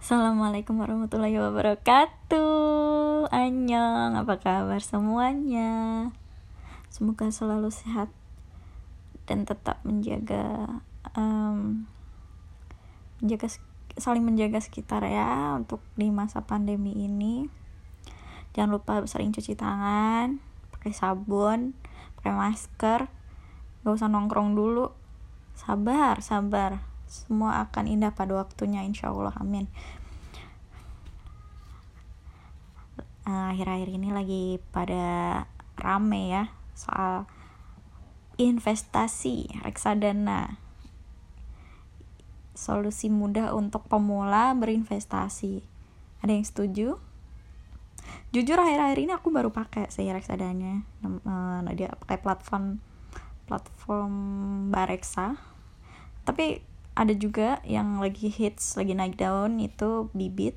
Assalamualaikum warahmatullahi wabarakatuh. Annyeong, apa kabar semuanya? Semoga selalu sehat dan tetap saling menjaga sekitar ya untuk di masa pandemi ini. Jangan lupa sering cuci tangan, pakai sabun, pakai masker. Gak usah nongkrong dulu. Sabar. Semua akan indah pada waktunya, insyaallah, amin. Akhir-akhir ini lagi pada rame ya soal investasi reksadana, solusi mudah untuk pemula berinvestasi. Ada yang setuju? Jujur akhir-akhir ini aku baru pakai sih reksadanya. Dia pakai platform Bareksa. Tapi ada juga yang lagi hits, lagi naik daun, itu Bibit.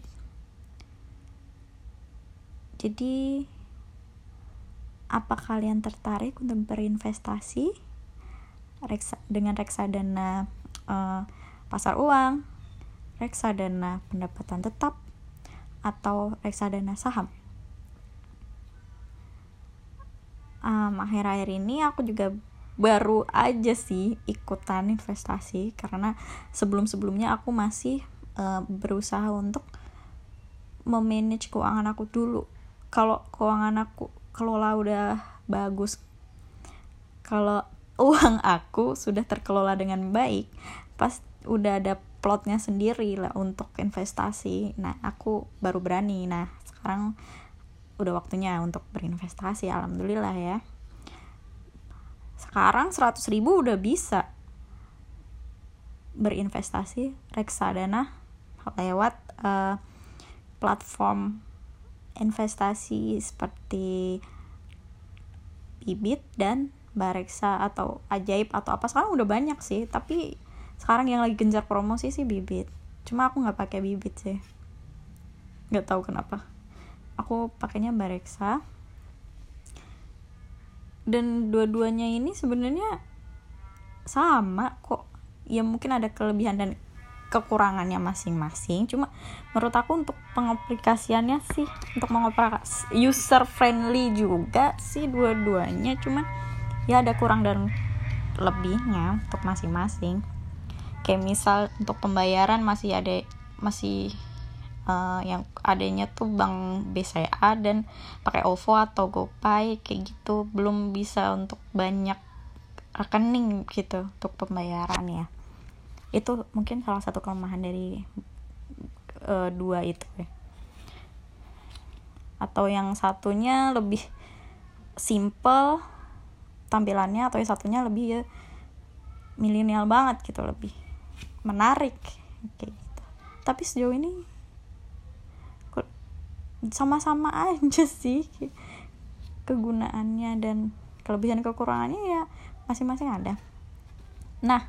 Jadi apa kalian tertarik untuk berinvestasi dengan reksadana pasar uang, reksadana pendapatan tetap, atau reksadana saham? Akhir-akhir ini aku juga baru aja sih ikutan investasi, karena sebelum-sebelumnya aku masih berusaha untuk memanage keuangan aku dulu. Kalau keuangan aku kelola udah bagus, kalau uang aku sudah terkelola dengan baik, pas udah ada plotnya sendiri lah untuk investasi, nah aku baru berani. Nah sekarang udah waktunya untuk berinvestasi, alhamdulillah ya. Sekarang 100.000 udah bisa berinvestasi reksadana lewat platform investasi seperti Bibit dan Bareksa atau Ajaib atau apa. Sekarang udah banyak sih, tapi sekarang yang lagi gencar promosi sih Bibit. Cuma aku nggak pakai Bibit sih, nggak tahu kenapa. Aku pakainya Bareksa. Dan dua-duanya ini sebenarnya sama kok. Ya mungkin ada kelebihan dan kekurangannya masing-masing. Cuma menurut aku untuk pengaplikasiannya sih, untuk user friendly juga sih dua-duanya. Cuma ya ada kurang dan lebihnya untuk masing-masing. Kayak misal untuk pembayaran masih yang adanya tuh Bank BCA dan pakai OVO atau GoPay kayak gitu, belum bisa untuk banyak rekening gitu untuk pembayaran ya. Itu mungkin salah satu kelemahan dari dua itu ya. Atau yang satunya lebih simple tampilannya, atau yang satunya lebih ya milenial banget gitu, lebih menarik kayak gitu. Tapi sejauh ini sama-sama aja sih kegunaannya, dan kelebihan kekurangannya ya masing-masing ada. Nah,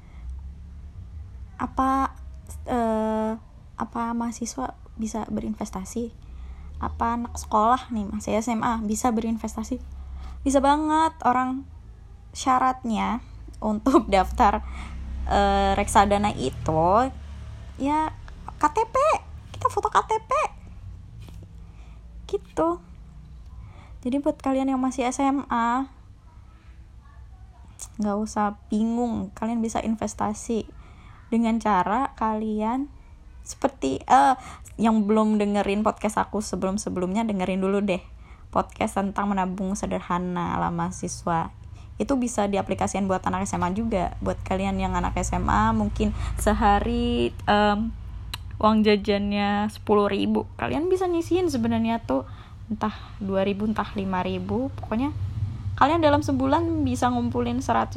apa mahasiswa bisa berinvestasi? Apa anak sekolah nih masih SMA bisa berinvestasi? Bisa banget. Orang syaratnya untuk daftar reksadana itu ya KTP, kita foto KTP gitu. Jadi buat kalian yang masih SMA, nggak usah bingung, kalian bisa investasi dengan cara kalian seperti yang belum dengerin podcast aku sebelumnya, dengerin dulu deh podcast tentang menabung sederhana ala mahasiswa. Itu bisa diaplikasikan buat anak SMA juga. Buat kalian yang anak SMA, mungkin sehari uang jajannya 10.000, kalian bisa nyisihin sebenarnya tuh entah 2.000 entah 5.000, pokoknya kalian dalam sebulan bisa ngumpulin 100.000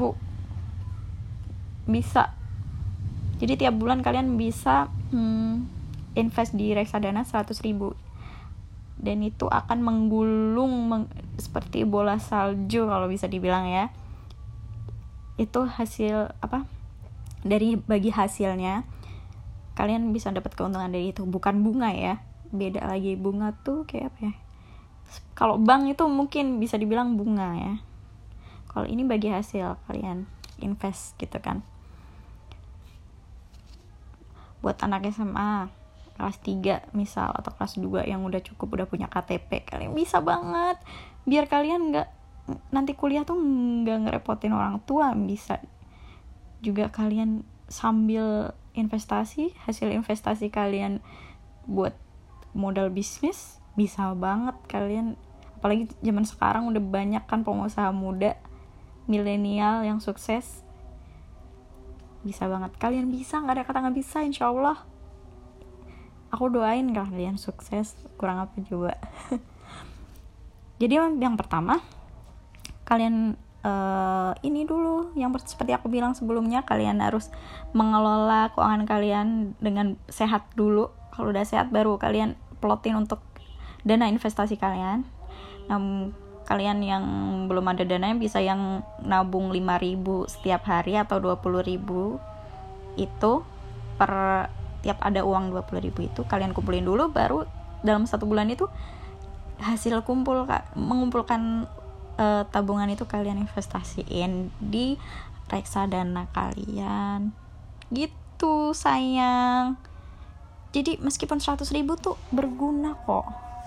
bisa. Jadi tiap bulan kalian bisa invest di reksadana 100.000, dan itu akan menggulung seperti bola salju kalau bisa dibilang ya. Itu hasil dari bagi hasilnya kalian bisa dapat keuntungan dari itu, bukan bunga ya. Beda lagi, bunga tuh kayak apa ya? Kalau bank itu mungkin bisa dibilang bunga ya. Kalau ini bagi hasil kalian invest gitu kan. Buat anak SMA, kelas 3 misal atau kelas 2 yang udah punya KTP, kalian bisa banget biar kalian nanti kuliah tuh nggak ngerepotin orang tua. Bisa juga kalian sambil investasi, hasil investasi kalian buat modal bisnis, bisa banget kalian. Apalagi zaman sekarang udah banyak kan pengusaha muda milenial yang sukses. Bisa banget kalian bisa, nggak ada kata nggak bisa, insya Allah. Aku doain kalian sukses, kurang apa coba. Jadi yang pertama, kalian ini dulu, yang seperti aku bilang sebelumnya, kalian harus mengelola keuangan kalian dengan sehat dulu. Kalau udah sehat baru kalian plotin untuk dana investasi kalian. Kalian yang belum ada dananya bisa yang nabung 5.000 setiap hari atau 20.000 itu per tiap ada uang 20.000 itu kalian kumpulin dulu, baru dalam 1 bulan itu hasil mengumpulkan tabungan itu kalian investasiin di reksadana kalian gitu sayang. Jadi meskipun 100.000 tuh berguna kok.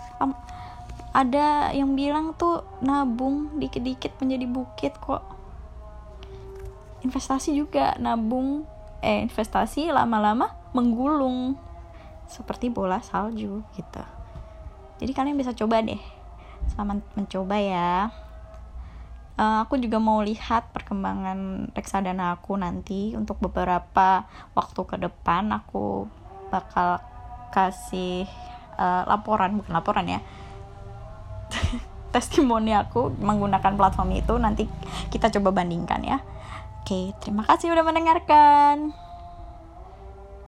Ada yang bilang tuh nabung dikit-dikit menjadi bukit kok. Investasi juga nabung, investasi lama-lama menggulung seperti bola salju gitu. Jadi kalian bisa coba deh, selamat mencoba ya. Aku juga mau lihat perkembangan reksadana aku nanti untuk beberapa waktu ke depan. Aku bakal kasih bukan laporan ya, testimoni aku menggunakan platform itu. Nanti kita coba bandingkan ya. Oke, terima kasih udah mendengarkan.